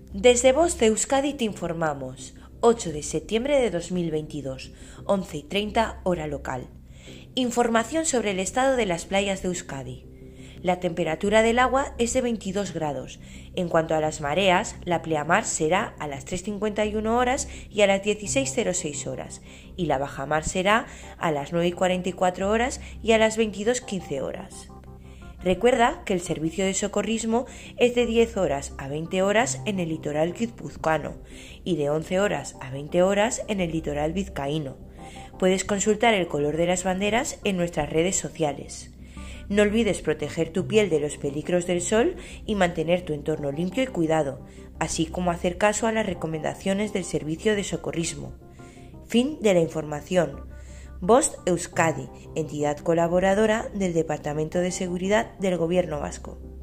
Desde Voz de Euskadi te informamos. 8 de septiembre de 2022, 11:30 hora local. Información sobre el estado de las playas de Euskadi. La temperatura del agua es de 22 grados. En cuanto a las mareas, la pleamar será a las 3:51 horas y a las 16:06 horas, y la bajamar será a las 9:44 horas y a las 22:15 horas. Recuerda que el servicio de socorrismo es de 10 horas a 20 horas en el litoral guipuzcoano y de 11 horas a 20 horas en el litoral vizcaíno. Puedes consultar el color de las banderas en nuestras redes sociales. No olvides proteger tu piel de los peligros del sol y mantener tu entorno limpio y cuidado, así como hacer caso a las recomendaciones del servicio de socorrismo. Fin de la información. Voz Euskadi, entidad colaboradora del Departamento de Seguridad del Gobierno Vasco.